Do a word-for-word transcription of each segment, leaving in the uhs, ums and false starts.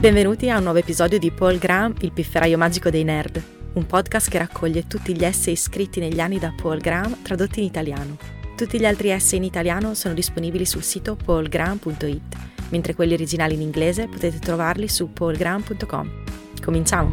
Benvenuti a un nuovo episodio di Paul Graham, il pifferaio magico dei nerd, un podcast che raccoglie tutti gli essay scritti negli anni da Paul Graham tradotti in italiano. Tutti gli altri essay in italiano sono disponibili sul sito paul graham punto it, mentre quelli originali in inglese potete trovarli su paul graham punto com. Cominciamo!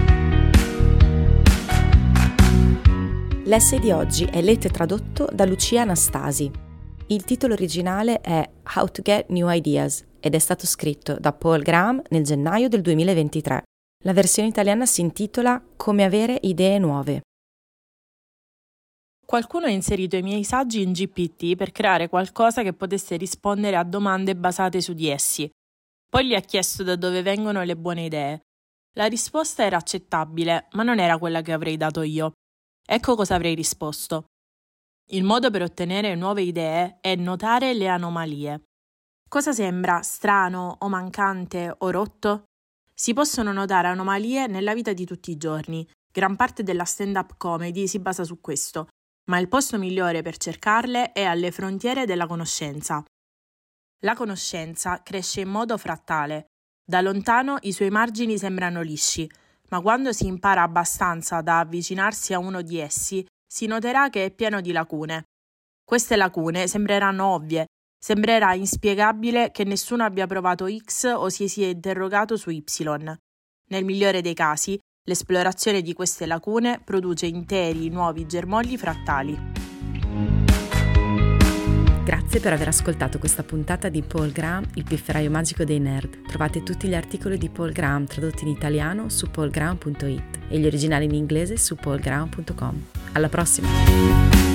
L'essay di oggi è letto e tradotto da Lucia Anastasi. Il titolo originale è How to Get New Ideas ed è stato scritto da Paul Graham nel gennaio del duemilaventitré. La versione italiana si intitola Come avere idee nuove. Qualcuno ha inserito i miei saggi in G P T per creare qualcosa che potesse rispondere a domande basate su di essi. Poi gli ha chiesto da dove vengono le buone idee. La risposta era accettabile, ma non era quella che avrei dato io. Ecco cosa avrei risposto. Il modo per ottenere nuove idee è notare le anomalie. Cosa sembra strano o mancante o rotto? Si possono notare anomalie nella vita di tutti i giorni. Gran parte della stand-up comedy si basa su questo, ma il posto migliore per cercarle è alle frontiere della conoscenza. La conoscenza cresce in modo frattale. Da lontano i suoi margini sembrano lisci, ma quando si impara abbastanza da avvicinarsi a uno di essi, si noterà che è pieno di lacune. Queste lacune sembreranno ovvie, sembrerà inspiegabile che nessuno abbia provato X o si sia interrogato su Y. Nel migliore dei casi, l'esplorazione di queste lacune produce interi nuovi germogli frattali. Grazie per aver ascoltato questa puntata di Paul Graham, il pifferaio magico dei nerd. Trovate tutti gli articoli di Paul Graham tradotti in italiano su paul graham punto it e gli originali in inglese su paul graham punto com. Alla prossima!